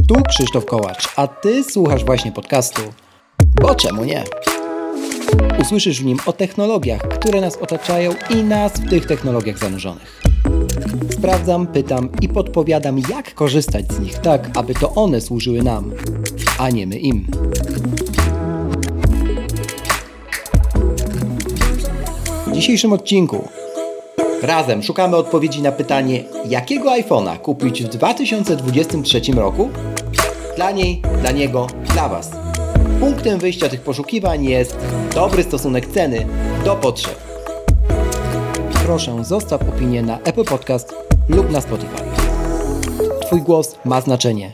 Tu Krzysztof Kołacz, a Ty słuchasz właśnie podcastu Bo czemu nie? Usłyszysz w nim o technologiach, które nas otaczają i nas w tych technologiach zanurzonych. Sprawdzam, pytam i podpowiadam, jak korzystać z nich tak, aby to one służyły nam, a nie my im. W dzisiejszym odcinku razem szukamy odpowiedzi na pytanie, jakiego iPhone'a kupić w 2023 roku? Dla niej, dla niego, dla Was. Punktem wyjścia tych poszukiwań jest dobry stosunek ceny do potrzeb. Proszę, zostaw opinię na Apple Podcast lub na Spotify. Twój głos ma znaczenie.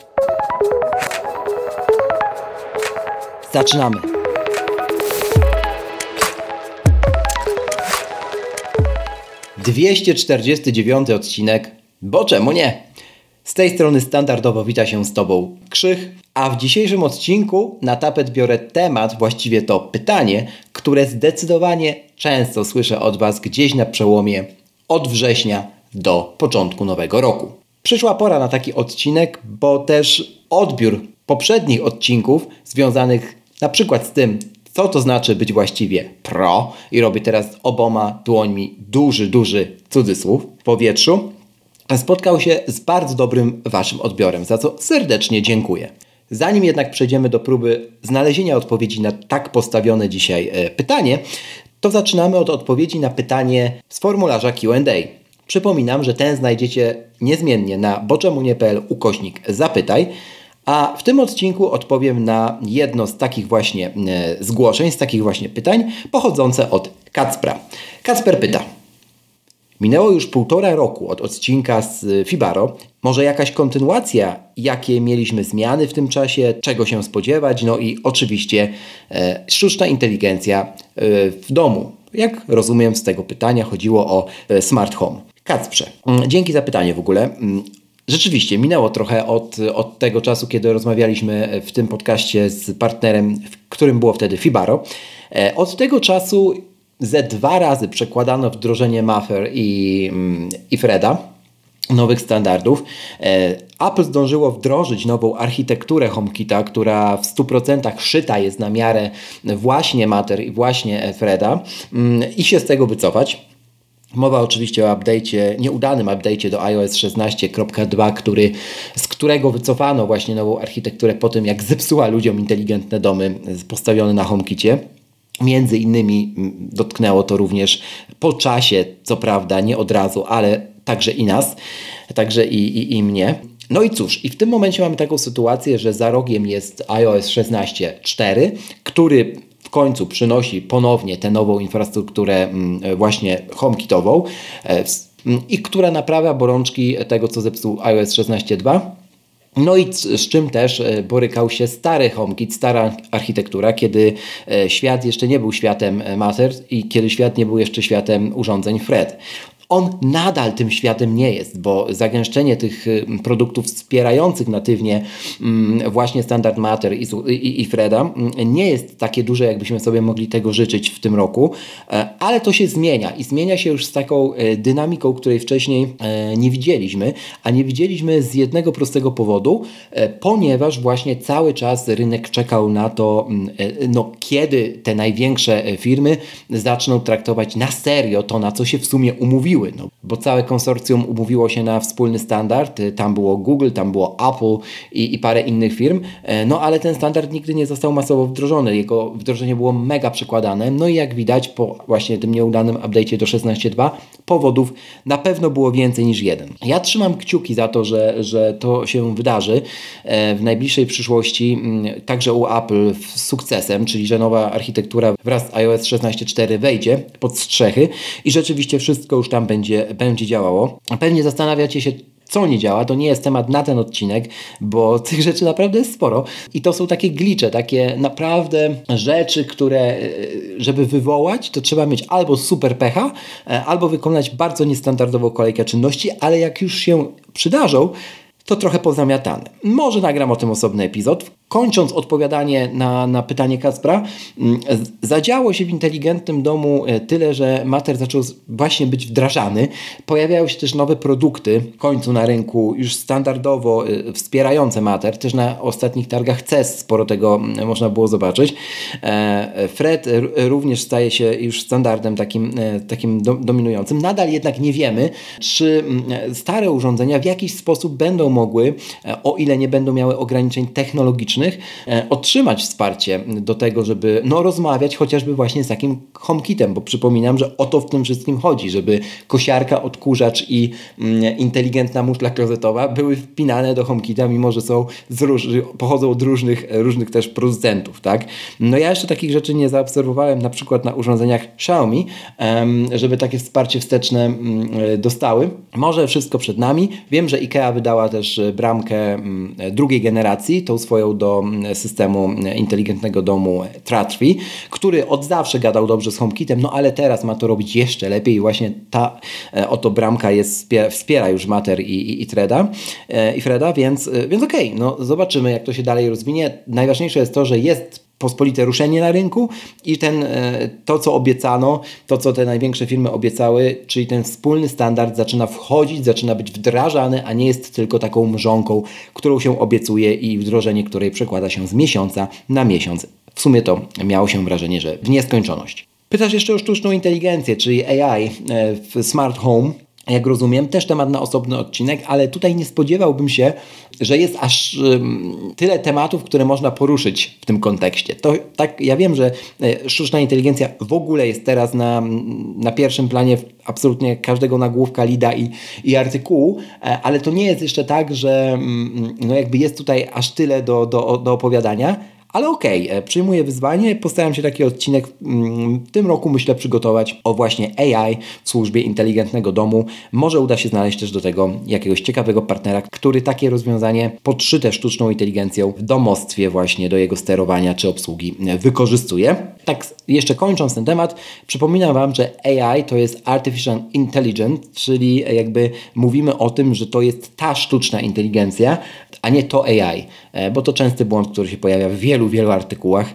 Zaczynamy! ...249 odcinek, bo czemu nie? Z tej strony standardowo wita się z Tobą Krzych, a w dzisiejszym odcinku na tapet biorę temat, właściwie to pytanie, które zdecydowanie często słyszę od Was gdzieś na przełomie od września do początku nowego roku. Przyszła pora na taki odcinek, bo też odbiór poprzednich odcinków związanych na przykład z tym, co to znaczy być właściwie pro, i robię teraz oboma dłońmi duży cudzysłów w powietrzu, spotkał się z bardzo dobrym Waszym odbiorem, za co serdecznie dziękuję. Zanim jednak przejdziemy do próby znalezienia odpowiedzi na tak postawione dzisiaj pytanie, to zaczynamy od odpowiedzi na pytanie z formularza Q&A. Przypominam, że ten znajdziecie niezmiennie na boczemunie.pl/zapytaj, a w tym odcinku odpowiem na jedno z takich właśnie zgłoszeń, z takich właśnie pytań pochodzące od Kacpra. Kacper pyta: minęło już 1,5 roku od odcinka z Fibaro. Może jakaś kontynuacja? Jakie mieliśmy zmiany w tym czasie? Czego się spodziewać? No i oczywiście sztuczna inteligencja w domu. Jak rozumiem, z tego pytania chodziło o smart home. Kacprze, dzięki za pytanie w ogóle. Rzeczywiście, minęło trochę od tego czasu, kiedy rozmawialiśmy w tym podcaście z partnerem, w którym było wtedy Fibaro. Od tego czasu ze 2 razy przekładano wdrożenie Muffer i Freda, nowych standardów. Apple zdążyło wdrożyć nową architekturę HomeKita, która w 100% szyta jest na miarę właśnie Matter i właśnie Freda, i się z tego wycofać. Mowa oczywiście o nieudanym update'cie do iOS 16.2, z którego wycofano właśnie nową architekturę po tym, jak zepsuła ludziom inteligentne domy postawione na HomeKicie. Między innymi dotknęło to również po czasie, co prawda nie od razu, ale także i nas, także i mnie. No i cóż, i w tym momencie mamy taką sytuację, że za rogiem jest iOS 16.4, który w końcu przynosi ponownie tę nową infrastrukturę właśnie HomeKitową i która naprawia bolączki tego, co zepsuł iOS 16.2. No i z czym też borykał się stary HomeKit, stara architektura, kiedy świat jeszcze nie był światem Matter i kiedy świat nie był jeszcze światem urządzeń Fred. On nadal tym światem nie jest, bo zagęszczenie tych produktów wspierających natywnie właśnie standard Matter i Freda nie jest takie duże, jakbyśmy sobie mogli tego życzyć w tym roku, ale to się zmienia i zmienia się już z taką dynamiką, której wcześniej nie widzieliśmy, a nie widzieliśmy z jednego prostego powodu, ponieważ właśnie cały czas rynek czekał na to, kiedy te największe firmy zaczną traktować na serio to, na co się w sumie umówiły. Bo całe konsorcjum umówiło się na wspólny standard, tam było Google, tam było Apple i parę innych firm, ale ten standard nigdy nie został masowo wdrożony, jego wdrożenie było mega przekładane, no i jak widać po właśnie tym nieudanym update'cie do 16.2 powodów na pewno było więcej niż jeden. Ja trzymam kciuki za to, że to się wydarzy w najbliższej przyszłości, także u Apple z sukcesem, czyli że nowa architektura wraz z iOS 16.4 wejdzie pod strzechy i rzeczywiście wszystko już tam będzie działało. Pewnie zastanawiacie się, co nie działa. To nie jest temat na ten odcinek, bo tych rzeczy naprawdę jest sporo. I to są takie glitche, takie naprawdę rzeczy, które żeby wywołać, to trzeba mieć albo super pecha, albo wykonać bardzo niestandardową kolejkę czynności, ale jak już się przydarzą, to trochę pozamiatane. Może nagram o tym osobny epizod. Kończąc odpowiadanie na pytanie Kacpra, zadziało się w inteligentnym domu tyle, że Matter zaczął właśnie być wdrażany. Pojawiają się też nowe produkty w końcu na rynku, już standardowo wspierające Matter. Też na ostatnich targach CES sporo tego można było zobaczyć. Thread również staje się już standardem takim dominującym. Nadal jednak nie wiemy, czy stare urządzenia w jakiś sposób będą mogły, o ile nie będą miały ograniczeń technologicznych, otrzymać wsparcie do tego, żeby rozmawiać chociażby właśnie z takim HomeKitem, bo przypominam, że o to w tym wszystkim chodzi, żeby kosiarka, odkurzacz i inteligentna muszla klozetowa były wpinane do HomeKita, mimo że pochodzą od różnych też producentów, tak? Ja jeszcze takich rzeczy nie zaobserwowałem, na przykład na urządzeniach Xiaomi, żeby takie wsparcie wsteczne dostały. Może wszystko przed nami. Wiem, że IKEA wydała też bramkę drugiej generacji, tą swoją do systemu inteligentnego domu Tra3, który od zawsze gadał dobrze z HomeKitem, ale teraz ma to robić jeszcze lepiej i właśnie ta oto bramka wspiera już Matter i Freda, więc okej, zobaczymy, jak to się dalej rozwinie. Najważniejsze jest to, że jest pospolite ruszenie na rynku i to, co obiecano, to, co te największe firmy obiecały, czyli ten wspólny standard zaczyna wchodzić, zaczyna być wdrażany, a nie jest tylko taką mrzonką, którą się obiecuje i wdrożenie której przekłada się z miesiąca na miesiąc. W sumie to miało się wrażenie, że w nieskończoność. Pytasz jeszcze o sztuczną inteligencję, czyli AI w Smart Home. Jak rozumiem, też temat na osobny odcinek, ale tutaj nie spodziewałbym się, że jest aż tyle tematów, które można poruszyć w tym kontekście. Ja wiem, że sztuczna inteligencja w ogóle jest teraz na pierwszym planie absolutnie każdego nagłówka, leada i artykułu, ale to nie jest jeszcze tak, że jakby jest tutaj aż tyle do opowiadania. Ale okej, przyjmuję wyzwanie, postaram się taki odcinek w tym roku, myślę, przygotować o właśnie AI w służbie inteligentnego domu. Może uda się znaleźć też do tego jakiegoś ciekawego partnera, który takie rozwiązanie podszyte sztuczną inteligencją w domostwie właśnie do jego sterowania czy obsługi wykorzystuje. Tak, jeszcze kończąc ten temat, przypominam Wam, że AI to jest Artificial Intelligence, czyli jakby mówimy o tym, że to jest ta sztuczna inteligencja, a nie to AI, bo to częsty błąd, który się pojawia w wielu artykułach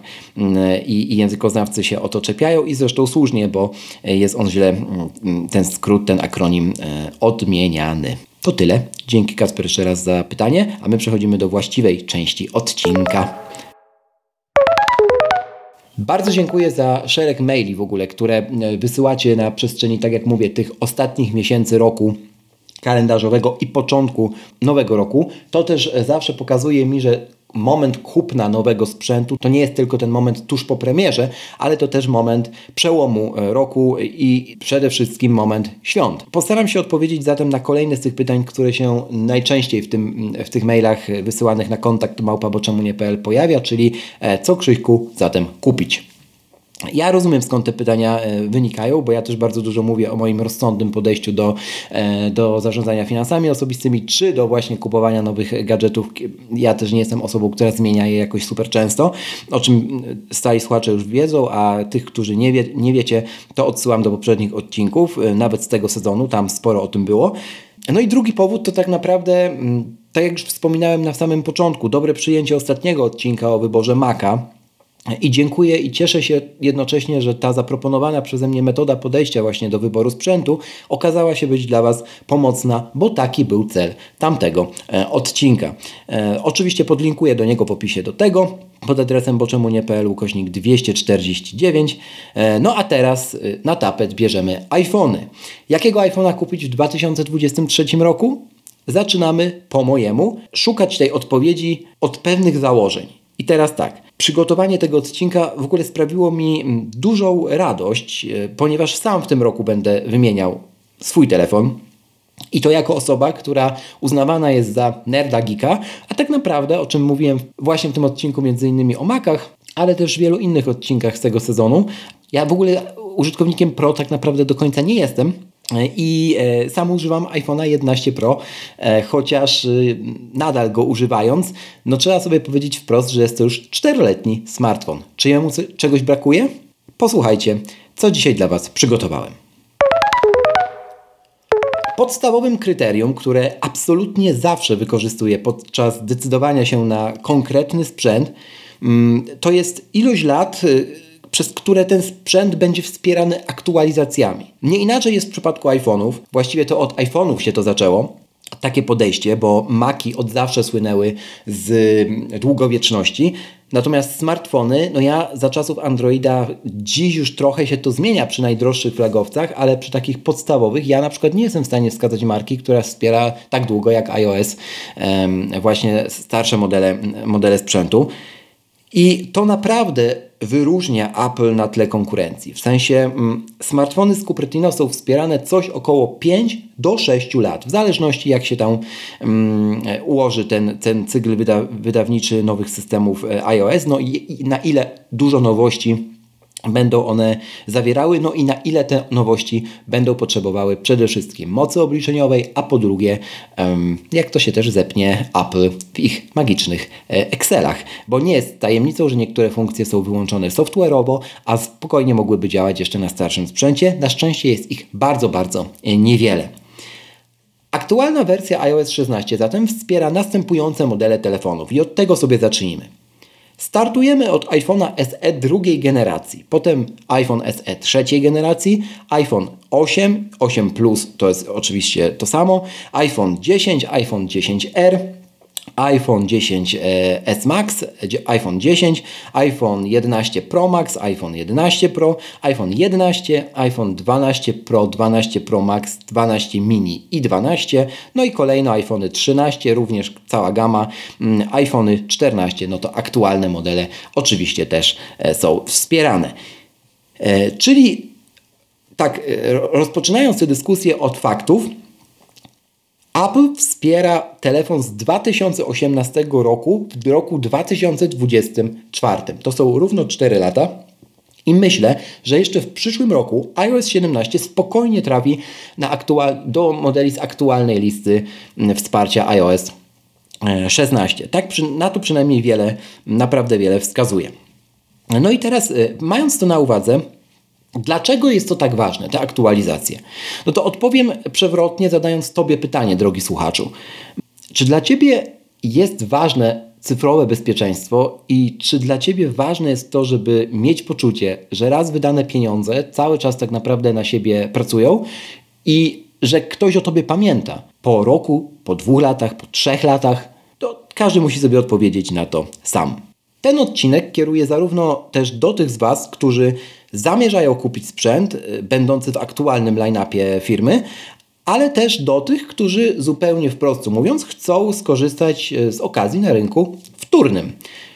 i językoznawcy się o to czepiają i zresztą słusznie, bo jest on źle, ten skrót, ten akronim odmieniany. To tyle. Dzięki Kacper jeszcze raz za pytanie, a my przechodzimy do właściwej części odcinka. Bardzo dziękuję za szereg maili w ogóle, które wysyłacie na przestrzeni, tak jak mówię, tych ostatnich miesięcy roku kalendarzowego i początku nowego roku. To też zawsze pokazuje mi, że moment kupna nowego sprzętu to nie jest tylko ten moment tuż po premierze, ale to też moment przełomu roku i przede wszystkim moment świąt. Postaram się odpowiedzieć zatem na kolejne z tych pytań, które się najczęściej w tych mailach wysyłanych na kontakt @boczemunie.pl pojawia, czyli co, Krzyśku, zatem kupić. Ja rozumiem, skąd te pytania wynikają, bo ja też bardzo dużo mówię o moim rozsądnym podejściu do zarządzania finansami osobistymi, czy do właśnie kupowania nowych gadżetów. Ja też nie jestem osobą, która zmienia je jakoś super często, o czym stali słuchacze już wiedzą, a tych, którzy nie wiecie, to odsyłam do poprzednich odcinków, nawet z tego sezonu, tam sporo o tym było. No i drugi powód to tak naprawdę, tak jak już wspominałem na samym początku, dobre przyjęcie ostatniego odcinka o wyborze Maca. I dziękuję i cieszę się jednocześnie, że ta zaproponowana przeze mnie metoda podejścia właśnie do wyboru sprzętu okazała się być dla Was pomocna, bo taki był cel tamtego odcinka. Oczywiście podlinkuję do niego w opisie do tego pod adresem boczemunie.pl/249. No a teraz na tapet bierzemy iPhony. Jakiego iPhone'a kupić w 2023 roku? Zaczynamy po mojemu szukać tej odpowiedzi od pewnych założeń. I teraz tak. Przygotowanie tego odcinka w ogóle sprawiło mi dużą radość, ponieważ sam w tym roku będę wymieniał swój telefon. I to jako osoba, która uznawana jest za nerda geeka, a tak naprawdę, o czym mówiłem właśnie w tym odcinku między innymi o Macach, ale też w wielu innych odcinkach z tego sezonu. Ja w ogóle użytkownikiem Pro tak naprawdę do końca nie jestem. I sam używam iPhone'a 11 Pro, chociaż nadal go używając, trzeba sobie powiedzieć wprost, że jest to już 4-letni smartfon. Czy jemu czegoś brakuje? Posłuchajcie, co dzisiaj dla Was przygotowałem. Podstawowym kryterium, które absolutnie zawsze wykorzystuję podczas decydowania się na konkretny sprzęt, to jest ilość lat, przez które ten sprzęt będzie wspierany aktualizacjami. Nie inaczej jest w przypadku iPhone'ów, właściwie to od iPhone'ów się to zaczęło, takie podejście, bo Maci od zawsze słynęły z długowieczności. Natomiast smartfony, ja za czasów Androida, dziś już trochę się to zmienia przy najdroższych flagowcach, ale przy takich podstawowych ja na przykład nie jestem w stanie wskazać marki, która wspiera tak długo jak iOS właśnie starsze modele sprzętu. I to naprawdę wyróżnia Apple na tle konkurencji. W sensie smartfony z Cupertino są wspierane coś około 5 do 6 lat, w zależności jak się tam ułoży ten cykl wydawniczy nowych systemów iOS, i na ile dużo nowości będą one zawierały, i na ile te nowości będą potrzebowały przede wszystkim mocy obliczeniowej, a po drugie, jak to się też zepnie Apple w ich magicznych Excelach. Bo nie jest tajemnicą, że niektóre funkcje są wyłączone software'owo, a spokojnie mogłyby działać jeszcze na starszym sprzęcie. Na szczęście jest ich bardzo, bardzo niewiele. Aktualna wersja iOS 16 zatem wspiera następujące modele telefonów i od tego sobie zacznijmy. Startujemy od iPhone'a SE drugiej generacji, potem iPhone SE trzeciej generacji, iPhone 8, 8 Plus to jest oczywiście to samo, iPhone 10, iPhone 10R, iPhone 10s Max, iPhone 10, iPhone 11 Pro Max, iPhone 11 Pro, iPhone 11, iPhone 12 Pro, 12 Pro Max, 12 mini i 12, i kolejne iPhony 13, również cała gama, iPhony 14, to aktualne modele oczywiście też są wspierane. Czyli tak, rozpoczynając tę dyskusję od faktów, Apple wspiera telefon z 2018 roku w roku 2024. To są równo 4 lata i myślę, że jeszcze w przyszłym roku iOS 17 spokojnie trafi do modeli z aktualnej listy wsparcia iOS 16. Na to przynajmniej naprawdę wiele wskazuje. I teraz, mając to na uwadze, dlaczego jest to tak ważne, te aktualizacje? To odpowiem przewrotnie, zadając Tobie pytanie, drogi słuchaczu. Czy dla Ciebie jest ważne cyfrowe bezpieczeństwo i czy dla Ciebie ważne jest to, żeby mieć poczucie, że raz wydane pieniądze cały czas tak naprawdę na siebie pracują i że ktoś o Tobie pamięta po roku, po 2 latach, po 3 latach? To każdy musi sobie odpowiedzieć na to sam. Ten odcinek kieruje zarówno też do tych z Was, którzy zamierzają kupić sprzęt będący w aktualnym line-upie firmy, ale też do tych, którzy zupełnie wprost mówiąc chcą skorzystać z okazji na rynku wtórnym.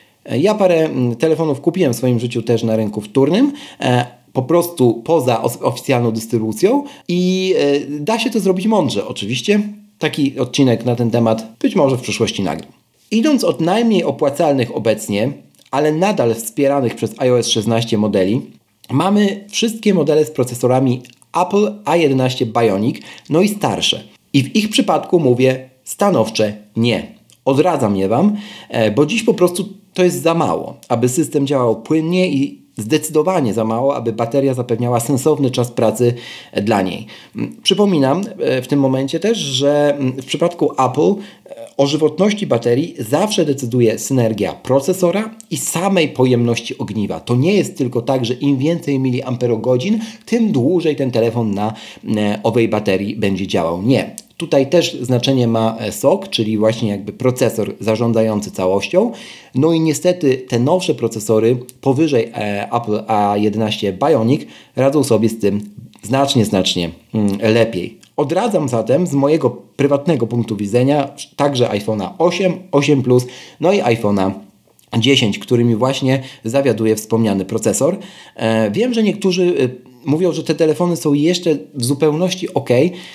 Ja parę telefonów kupiłem w swoim życiu też na rynku wtórnym, po prostu poza oficjalną dystrybucją i da się to zrobić mądrze oczywiście. Taki odcinek na ten temat być może w przyszłości nagram. Idąc od najmniej opłacalnych obecnie, ale nadal wspieranych przez iOS 16 modeli, mamy wszystkie modele z procesorami Apple A11 Bionic, i starsze. I w ich przypadku mówię stanowcze nie. Odradzam je Wam, bo dziś po prostu to jest za mało, aby system działał płynnie i zdecydowanie za mało, aby bateria zapewniała sensowny czas pracy dla niej. Przypominam w tym momencie też, że w przypadku Apple o żywotności baterii zawsze decyduje synergia procesora i samej pojemności ogniwa. To nie jest tylko tak, że im więcej miliamperogodzin, tym dłużej ten telefon na owej baterii będzie działał. Nie. Tutaj też znaczenie ma SoC, czyli właśnie jakby procesor zarządzający całością. I niestety te nowsze procesory powyżej Apple A11 Bionic radzą sobie z tym znacznie lepiej. Odradzam zatem z mojego prywatnego punktu widzenia także iPhone'a 8, 8 Plus, i iPhone'a 10, którymi właśnie zawiaduje wspomniany procesor. Wiem, że niektórzy mówią, że te telefony są jeszcze w zupełności ok.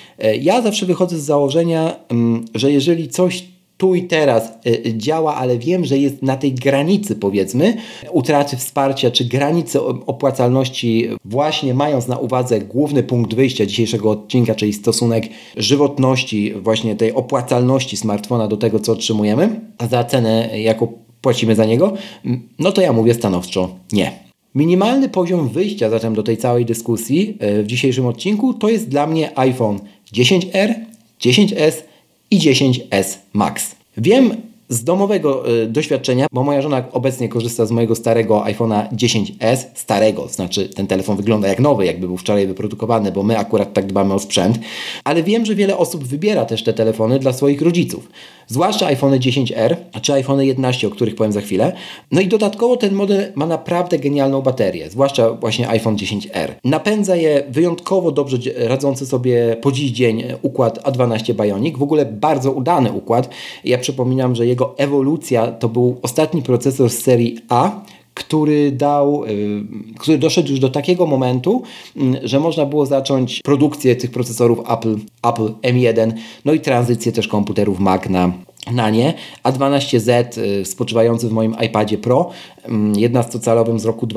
Ja zawsze wychodzę z założenia, że jeżeli coś tu i teraz działa, ale wiem, że jest na tej granicy, powiedzmy, utraty wsparcia czy granicy opłacalności, właśnie mając na uwadze główny punkt wyjścia dzisiejszego odcinka, czyli stosunek żywotności, właśnie tej opłacalności smartfona do tego, co otrzymujemy, za cenę, jaką płacimy za niego, to ja mówię stanowczo nie. Minimalny poziom wyjścia zatem do tej całej dyskusji w dzisiejszym odcinku to jest dla mnie iPhone 10R, 10S i 10S Max. Wiem z domowego doświadczenia, bo moja żona obecnie korzysta z mojego starego iPhone'a 10S, starego, znaczy ten telefon wygląda jak nowy, jakby był wczoraj wyprodukowany, bo my akurat tak dbamy o sprzęt, ale wiem, że wiele osób wybiera też te telefony dla swoich rodziców. Zwłaszcza iPhone 10R, czy iPhone 11, o których powiem za chwilę. No i dodatkowo ten model ma naprawdę genialną baterię, zwłaszcza właśnie iPhone 10R. Napędza je wyjątkowo dobrze radzący sobie po dziś dzień układ A12 Bionic, w ogóle bardzo udany układ. Ja przypominam, że jego ewolucja to był ostatni procesor z serii A, który doszedł już do takiego momentu, że można było zacząć produkcję tych procesorów Apple M1, no i tranzycję też komputerów Mac na nie. A12Z spoczywający w moim iPadzie Pro 11-calowym z roku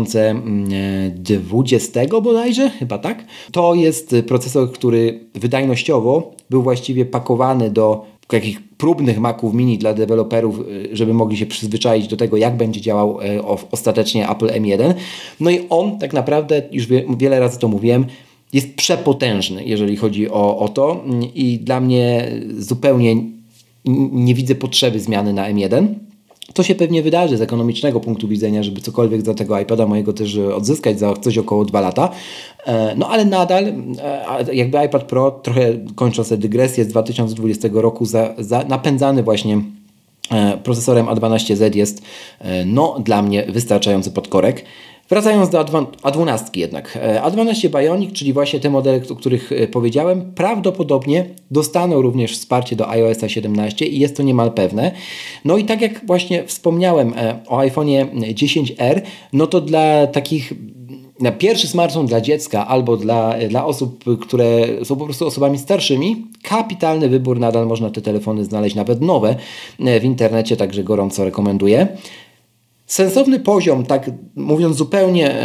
2020 bodajże, chyba tak. To jest procesor, który wydajnościowo był właściwie pakowany do takich próbnych Maców mini dla deweloperów, żeby mogli się przyzwyczaić do tego, jak będzie działał ostatecznie Apple M1. No i on tak naprawdę, już wiele razy to mówiłem, jest przepotężny, jeżeli chodzi o to i dla mnie zupełnie nie widzę potrzeby zmiany na M1. To się pewnie wydarzy z ekonomicznego punktu widzenia, żeby cokolwiek za tego iPada mojego też odzyskać za coś około 2 lata. No ale nadal jakby iPad Pro, trochę kończąc tę dygresję, z 2020 roku napędzany właśnie procesorem A12Z jest dla mnie wystarczający podkorek. Wracając do A12 jednak. A12 Bionic, czyli właśnie te modele, o których powiedziałem, prawdopodobnie dostaną również wsparcie do iOS 17 i jest to niemal pewne. No i tak jak właśnie wspomniałem o iPhone'ie 10R, no to dla takich na pierwszy smartfon dla dziecka albo dla osób, które są po prostu osobami starszymi, kapitalny wybór, nadal można te telefony znaleźć nawet nowe w internecie, także gorąco rekomenduję. Sensowny poziom, tak mówiąc zupełnie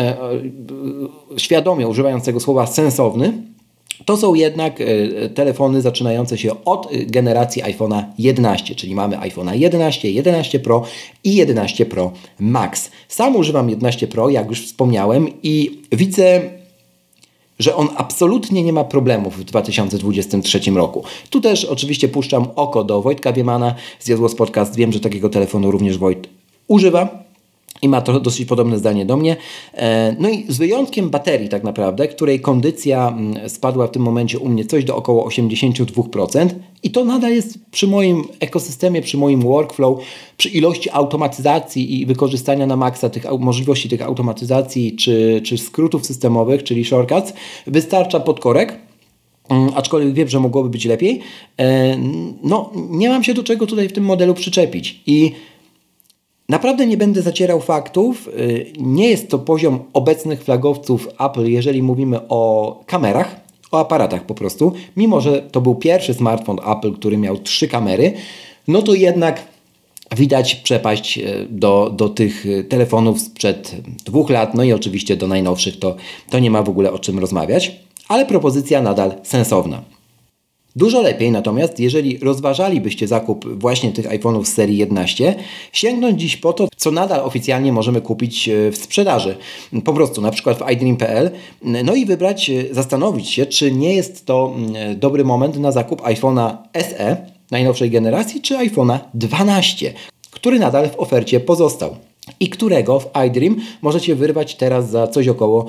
świadomie używając tego słowa sensowny, to są jednak telefony zaczynające się od generacji iPhone'a 11, czyli mamy iPhone'a 11, 11 Pro i 11 Pro Max. Sam używam 11 Pro, jak już wspomniałem, i widzę, że on absolutnie nie ma problemów w 2023 roku. Tu też oczywiście puszczam oko do Wojtka Wiemana z Jadłos Podcast. Wiem, że takiego telefonu również Wojt używa i ma to dosyć podobne zdanie do mnie. No i z wyjątkiem baterii tak naprawdę, której kondycja spadła w tym momencie u mnie coś do około 82% i to nadal jest przy moim ekosystemie, przy moim workflow, przy ilości automatyzacji i wykorzystania na maksa tych możliwości tych automatyzacji czy skrótów systemowych, czyli shortcuts, wystarcza podkorek. Aczkolwiek wiem, że mogłoby być lepiej. No, nie mam się do czego tutaj w tym modelu przyczepić i naprawdę nie będę zacierał faktów. Nie jest to poziom obecnych flagowców Apple, jeżeli mówimy o kamerach, o aparatach po prostu. Mimo że to był pierwszy smartfon Apple, który miał 3 kamery, no to jednak widać przepaść do tych telefonów sprzed 2 lat, no i oczywiście do najnowszych to nie ma w ogóle o czym rozmawiać, ale propozycja nadal sensowna. Dużo lepiej natomiast, jeżeli rozważalibyście zakup właśnie tych iPhone'ów z serii 11, sięgnąć dziś po to, co nadal oficjalnie możemy kupić w sprzedaży. Po prostu na przykład w iDream.pl, no i zastanowić się, czy nie jest to dobry moment na zakup iPhone'a SE najnowszej generacji, czy iPhone'a 12, który nadal w ofercie pozostał i którego w iDream możecie wyrwać teraz za coś około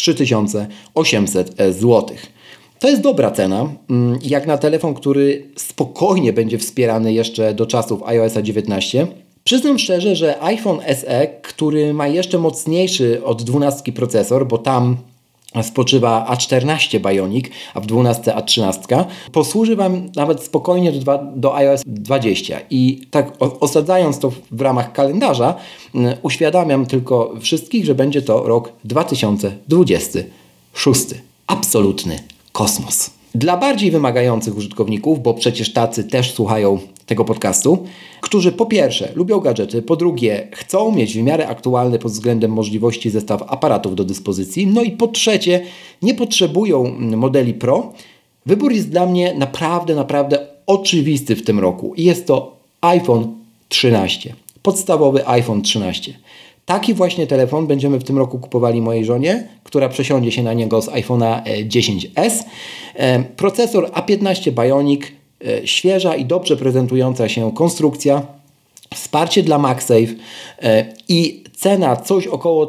3800 zł. To jest dobra cena, jak na telefon, który spokojnie będzie wspierany jeszcze do czasów iOS 19. Przyznam szczerze, że iPhone SE, który ma jeszcze mocniejszy od 12 procesor, bo tam spoczywa A14 Bionic, a w 12 A13, posłuży Wam nawet spokojnie do iOS 20. I tak osadzając to w ramach kalendarza, uświadamiam tylko wszystkich, że będzie to rok 2026. Absolutny kosmos. Dla bardziej wymagających użytkowników, bo przecież tacy też słuchają tego podcastu, którzy po pierwsze lubią gadżety, po drugie chcą mieć w miarę aktualny pod względem możliwości zestaw aparatów do dyspozycji, no i po trzecie nie potrzebują modeli Pro, wybór jest dla mnie naprawdę oczywisty w tym roku i jest to iPhone 13. Podstawowy iPhone 13. Taki właśnie telefon będziemy w tym roku kupowali mojej żonie, która przesiądzie się na niego z iPhone'a 10s. Procesor A15 Bionic, świeża i dobrze prezentująca się konstrukcja, wsparcie dla MagSafe i cena coś około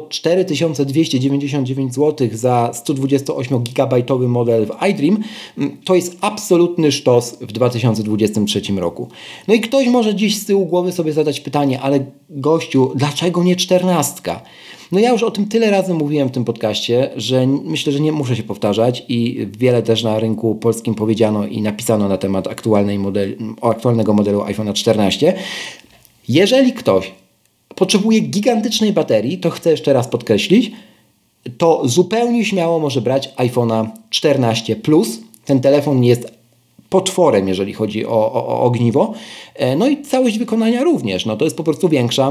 4299 zł za 128-gigabajtowy model w iDream, to jest absolutny sztos w 2023 roku. No i ktoś może dziś z tyłu głowy sobie zadać pytanie, ale gościu, dlaczego nie 14? No ja już o tym tyle razy mówiłem w tym podcaście, że myślę, że nie muszę się powtarzać i wiele też na rynku polskim powiedziano i napisano na temat aktualnego modelu iPhone'a 14. Jeżeli ktoś potrzebuje gigantycznej baterii, to chcę jeszcze raz podkreślić, to zupełnie śmiało może brać iPhone'a 14 Plus. Ten telefon jest potworem, jeżeli chodzi o ogniwo. No i całość wykonania również. No to jest po prostu większa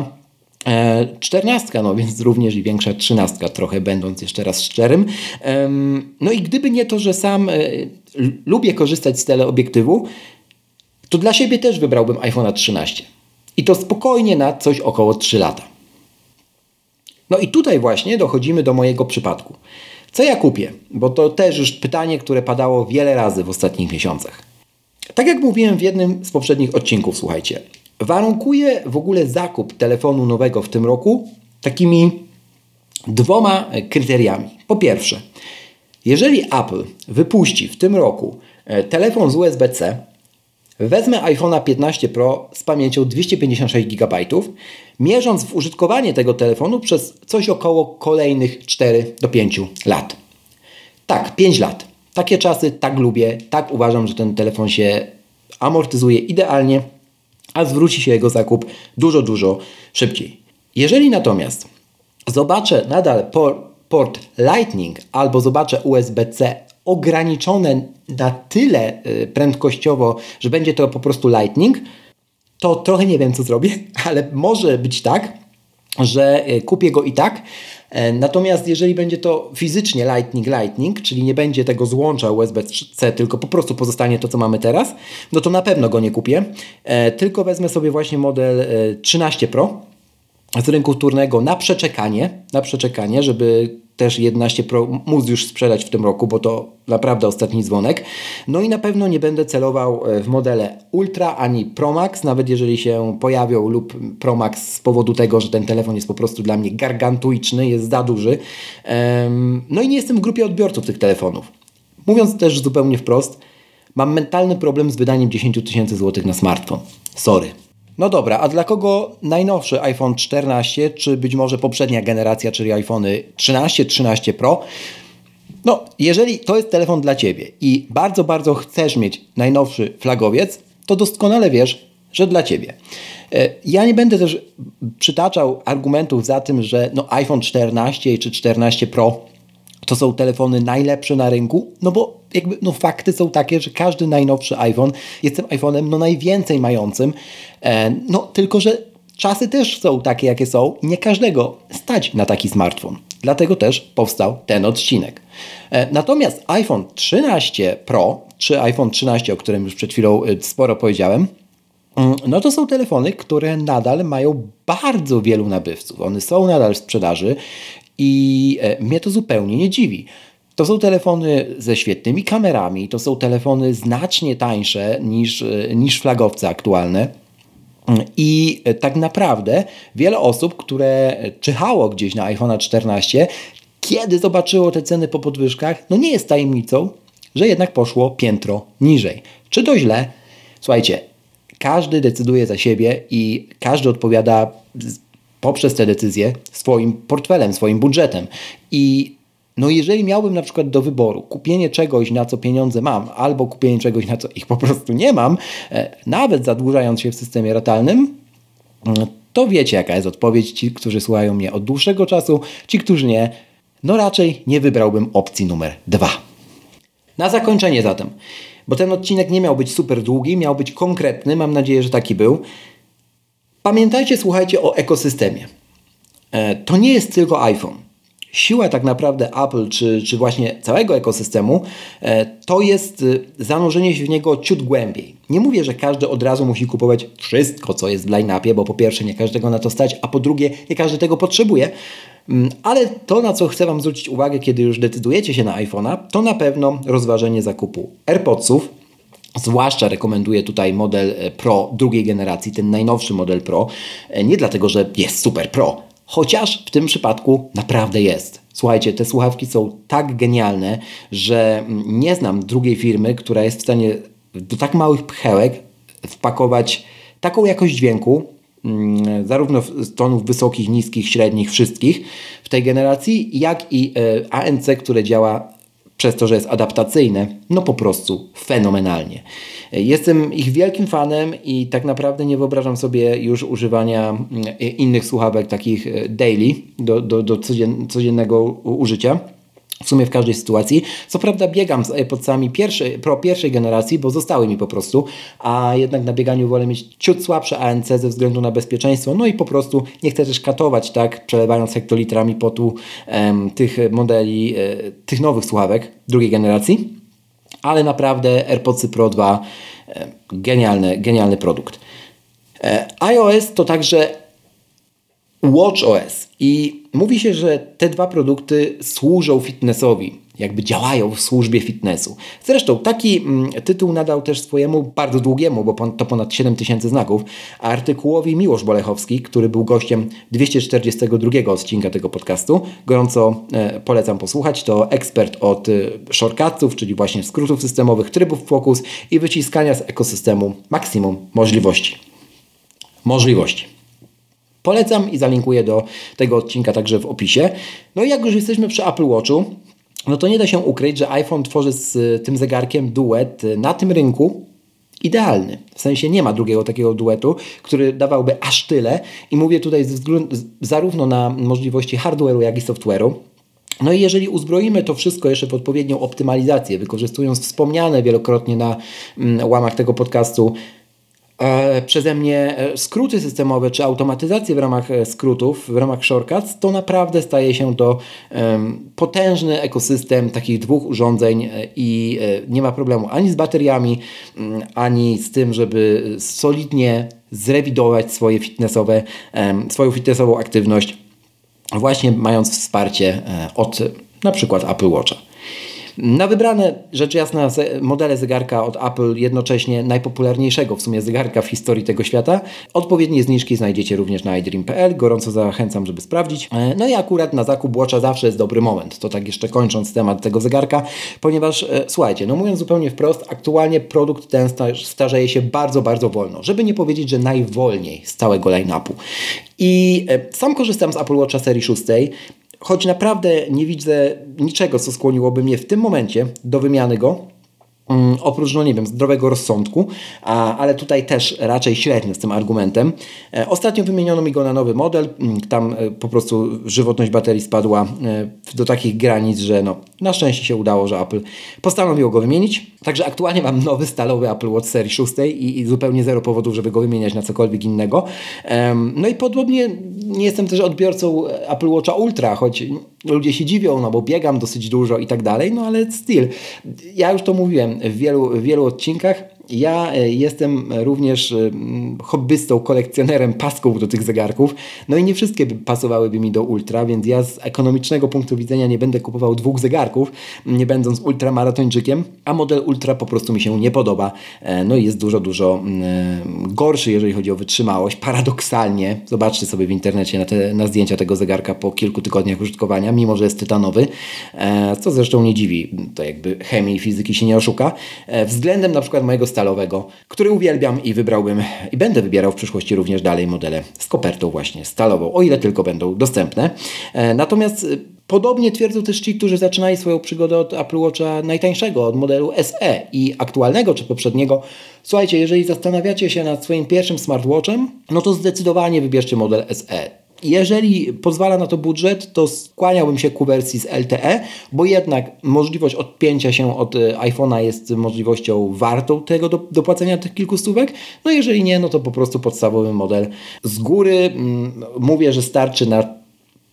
14, no więc również i większa 13, trochę będąc jeszcze raz szczerym. No i gdyby nie to, że sam lubię korzystać z teleobiektywu, to dla siebie też wybrałbym iPhone'a 13. I to spokojnie na coś około 3 lata. No i tutaj właśnie dochodzimy do mojego przypadku. Co ja kupię? Bo to też już pytanie, które padało wiele razy w ostatnich miesiącach. Tak jak mówiłem w jednym z poprzednich odcinków, słuchajcie, warunkuję w ogóle zakup telefonu nowego w tym roku takimi 2 kryteriami. Po pierwsze, jeżeli Apple wypuści w tym roku telefon z USB-C, wezmę iPhone'a 15 Pro z pamięcią 256 GB, mierząc w użytkowanie tego telefonu przez coś około kolejnych 4 do 5 lat. Tak, 5 lat. Takie czasy, tak lubię, tak uważam, że ten telefon się amortyzuje idealnie, a zwróci się jego zakup dużo, dużo szybciej. Jeżeli natomiast zobaczę nadal port Lightning albo zobaczę USB-C ograniczone na tyle prędkościowo, że będzie to po prostu Lightning, to trochę nie wiem, co zrobię, ale może być tak, że kupię go i tak. Natomiast jeżeli będzie to fizycznie Lightning, czyli nie będzie tego złącza USB-C, tylko po prostu pozostanie to, co mamy teraz, no to na pewno go nie kupię. Tylko wezmę sobie właśnie model 13 Pro z rynku wtórnego na przeczekanie, żeby też 11 Pro móc już sprzedać w tym roku, bo to naprawdę ostatni dzwonek. No i na pewno nie będę celował w modele Ultra ani Pro Max, nawet jeżeli się pojawią, lub Pro Max z powodu tego, że ten telefon jest po prostu dla mnie gargantuiczny, jest za duży. No i nie jestem w grupie odbiorców tych telefonów. Mówiąc też zupełnie wprost, mam mentalny problem z wydaniem 10 000 złotych na smartfon. Sorry. No dobra, a dla kogo najnowszy iPhone 14, czy być może poprzednia generacja, czyli iPhony 13, 13 Pro? No, jeżeli to jest telefon dla Ciebie i bardzo, bardzo chcesz mieć najnowszy flagowiec, to doskonale wiesz, że dla Ciebie. Ja nie będę też przytaczał argumentów za tym, że iPhone 14 czy 14 Pro to są telefony najlepsze na rynku, no bo fakty są takie, że każdy najnowszy iPhone jest tym iPhone'em najwięcej mającym, tylko że czasy też są takie, jakie są i nie każdego stać na taki smartfon. Dlatego też powstał ten odcinek. Natomiast iPhone 13 Pro, czy iPhone 13, o którym już przed chwilą sporo powiedziałem, no to są telefony, które nadal mają bardzo wielu nabywców. One są nadal w sprzedaży i mnie to zupełnie nie dziwi. To są telefony ze świetnymi kamerami, to są telefony znacznie tańsze niż flagowce aktualne. I tak naprawdę wiele osób, które czyhało gdzieś na iPhone'a 14, kiedy zobaczyło te ceny po podwyżkach, nie jest tajemnicą, że jednak poszło piętro niżej. Czy to źle? Słuchajcie, każdy decyduje za siebie i każdy odpowiada poprzez te decyzje swoim portfelem, swoim budżetem. I jeżeli miałbym na przykład do wyboru kupienie czegoś, na co pieniądze mam, albo kupienie czegoś, na co ich po prostu nie mam, nawet zadłużając się w systemie ratalnym, to wiecie, jaka jest odpowiedź. Ci, którzy słuchają mnie od dłuższego czasu, ci, którzy nie, raczej nie wybrałbym opcji numer 2. Na zakończenie zatem, bo ten odcinek nie miał być super długi, miał być konkretny, mam nadzieję, że taki był. Pamiętajcie, słuchajcie o ekosystemie. To nie jest tylko iPhone. siła tak naprawdę Apple, czy właśnie całego ekosystemu, to jest zanurzenie się w niego ciut głębiej. Nie mówię, że każdy od razu musi kupować wszystko, co jest w line-upie, bo po pierwsze nie każdego na to stać, a po drugie nie każdy tego potrzebuje. Ale to, na co chcę Wam zwrócić uwagę, kiedy już decydujecie się na iPhone'a, to na pewno rozważenie zakupu AirPodsów. Zwłaszcza rekomenduję tutaj model Pro drugiej generacji, ten najnowszy model Pro. Nie dlatego, że jest super Pro, chociaż w tym przypadku naprawdę jest. Słuchajcie, te słuchawki są tak genialne, że nie znam drugiej firmy, która jest w stanie do tak małych pchełek wpakować taką jakość dźwięku, zarówno z tonów wysokich, niskich, średnich, wszystkich w tej generacji, jak i ANC, które działa przez to, że jest adaptacyjne, no po prostu fenomenalnie. Jestem ich wielkim fanem i tak naprawdę nie wyobrażam sobie już używania innych słuchawek takich daily do codziennego użycia. W sumie w każdej sytuacji. Co prawda biegam z AirPodsami pierwszej generacji, bo zostały mi po prostu, a jednak na bieganiu wolę mieć ciut słabsze ANC ze względu na bezpieczeństwo, no i po prostu nie chcę też katować, tak, przelewając hektolitrami potu tych modeli, tych nowych słuchawek drugiej generacji, ale naprawdę AirPodsy Pro 2 genialny produkt. iOS to także WatchOS i mówi się, że te dwa produkty służą fitnessowi, jakby działają w służbie fitnessu. Zresztą taki tytuł nadał też swojemu bardzo długiemu, bo to ponad 7000 znaków, artykułowi Miłosz Bolechowski, który był gościem 242 odcinka tego podcastu. Gorąco polecam posłuchać. To ekspert od shortcutsów, czyli właśnie skrótów systemowych, trybów focus i wyciskania z ekosystemu maksimum możliwości. Polecam i zalinkuję do tego odcinka także w opisie. No i jak już jesteśmy przy Apple Watchu, no to nie da się ukryć, że iPhone tworzy z tym zegarkiem duet na tym rynku idealny. W sensie nie ma drugiego takiego duetu, który dawałby aż tyle. I mówię tutaj zarówno na możliwości hardware'u, jak i software'u. No i jeżeli uzbroimy to wszystko jeszcze w odpowiednią optymalizację, wykorzystując wspomniane wielokrotnie na łamach tego podcastu przeze mnie skróty systemowe czy automatyzację w ramach skrótów, w ramach shortcuts, to naprawdę staje się to potężny ekosystem takich dwóch urządzeń i nie ma problemu ani z bateriami, ani z tym, żeby solidnie zrewidować swoją fitnessową aktywność, właśnie mając wsparcie od na przykład Apple Watcha. Na wybrane, rzecz jasna, modele zegarka od Apple, jednocześnie najpopularniejszego w sumie zegarka w historii tego świata, odpowiednie zniżki znajdziecie również na iDream.pl. Gorąco zachęcam, żeby sprawdzić. No i akurat na zakup Watcha zawsze jest dobry moment. To tak jeszcze kończąc temat tego zegarka, ponieważ słuchajcie, no mówiąc zupełnie wprost, aktualnie produkt ten starzeje się bardzo, bardzo wolno. Żeby nie powiedzieć, że najwolniej z całego line-upu. I sam korzystam z Apple Watcha serii 6. Choć naprawdę nie widzę niczego, co skłoniłoby mnie w tym momencie do wymiany go, oprócz, no nie wiem, zdrowego rozsądku, ale tutaj też raczej średnio z tym argumentem. Ostatnio wymieniono mi go na nowy model, tam po prostu żywotność baterii spadła do takich granic, że no, na szczęście się udało, że Apple postanowiło go wymienić. Także aktualnie mam nowy stalowy Apple Watch serii 6 i zupełnie zero powodów, żeby go wymieniać na cokolwiek innego. No i podobnie nie jestem też odbiorcą Apple Watcha Ultra, choć ludzie się dziwią, no bo biegam dosyć dużo i tak dalej, no ale still. Ja już to mówiłem w wielu odcinkach. Ja jestem również hobbystą, kolekcjonerem pasków do tych zegarków, no i nie wszystkie pasowałyby mi do Ultra, więc ja z ekonomicznego punktu widzenia nie będę kupował dwóch zegarków, nie będąc ultramaratończykiem, a model Ultra po prostu mi się nie podoba, no i jest dużo gorszy, jeżeli chodzi o wytrzymałość, paradoksalnie. Zobaczcie sobie w internecie na zdjęcia tego zegarka po kilku tygodniach użytkowania, mimo że jest tytanowy, co zresztą nie dziwi, to jakby chemii i fizyki się nie oszuka, względem na przykład mojego stalowego, który uwielbiam i wybrałbym i będę wybierał w przyszłości również dalej modele z kopertą właśnie stalową, o ile tylko będą dostępne. Natomiast podobnie twierdzą też ci, którzy zaczynali swoją przygodę od Apple Watcha najtańszego, od modelu SE i aktualnego czy poprzedniego. Słuchajcie, jeżeli zastanawiacie się nad swoim pierwszym smartwatchem, no to zdecydowanie wybierzcie model SE. Jeżeli pozwala na to budżet, to skłaniałbym się ku wersji z LTE, bo jednak możliwość odpięcia się od iPhone'a jest możliwością wartą tego dopłacenia tych kilku stówek. No jeżeli nie, no to po prostu podstawowy model z góry. Mówię, że starczy na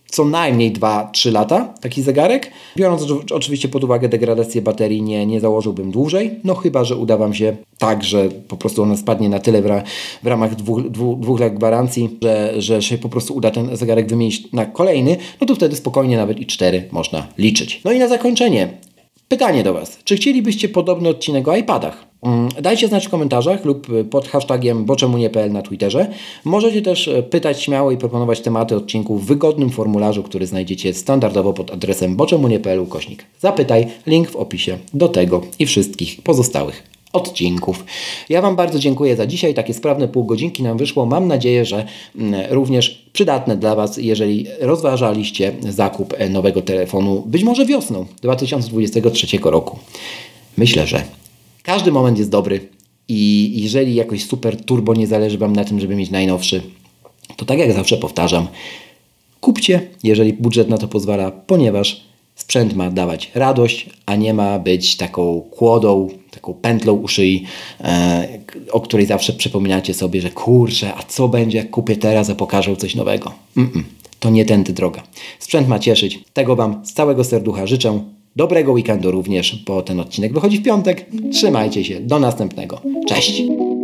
co najmniej 2-3 lata taki zegarek. Biorąc oczywiście pod uwagę degradację baterii, nie założyłbym dłużej. No chyba, że uda Wam się tak, że po prostu ona spadnie na tyle w ramach dwóch lat gwarancji, że się po prostu uda ten zegarek wymienić na kolejny, no to wtedy spokojnie nawet i 4 można liczyć. No i na zakończenie pytanie do Was. Czy chcielibyście podobny odcinek o iPadach? Dajcie znać w komentarzach lub pod hashtagiem boczemunie.pl na Twitterze. Możecie też pytać śmiało i proponować tematy odcinków w wygodnym formularzu, który znajdziecie standardowo pod adresem boczemunie.pl/zapytaj. Link w opisie do tego i wszystkich pozostałych odcinków. Ja Wam bardzo dziękuję za dzisiaj. Takie sprawne pół godzinki nam wyszło. Mam nadzieję, że również przydatne dla Was, jeżeli rozważaliście zakup nowego telefonu, być może wiosną 2023 roku. Myślę, że każdy moment jest dobry i jeżeli jakoś super turbo nie zależy Wam na tym, żeby mieć najnowszy, to tak jak zawsze powtarzam, kupcie, jeżeli budżet na to pozwala, ponieważ sprzęt ma dawać radość, a nie ma być taką kłodą, taką pętlą u szyi, o której zawsze przypominacie sobie, że kurczę, a co będzie, jak kupię teraz, a pokażę coś nowego. To nie tędy droga. Sprzęt ma cieszyć. Tego Wam z całego serducha życzę. Dobrego weekendu również, bo ten odcinek wychodzi w piątek. Trzymajcie się. Do następnego. Cześć!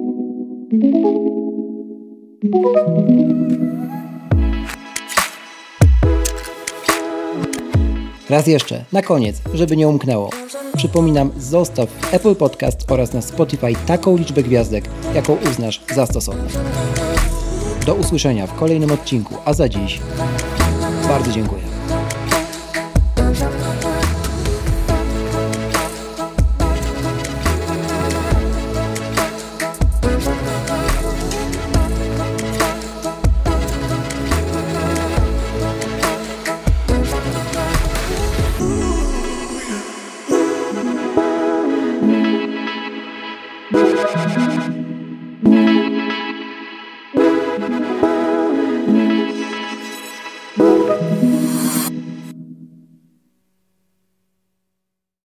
Raz jeszcze, na koniec, żeby nie umknęło. Przypominam, zostaw w Apple Podcast oraz na Spotify taką liczbę gwiazdek, jaką uznasz za stosowną. Do usłyszenia w kolejnym odcinku, a za dziś bardzo dziękuję.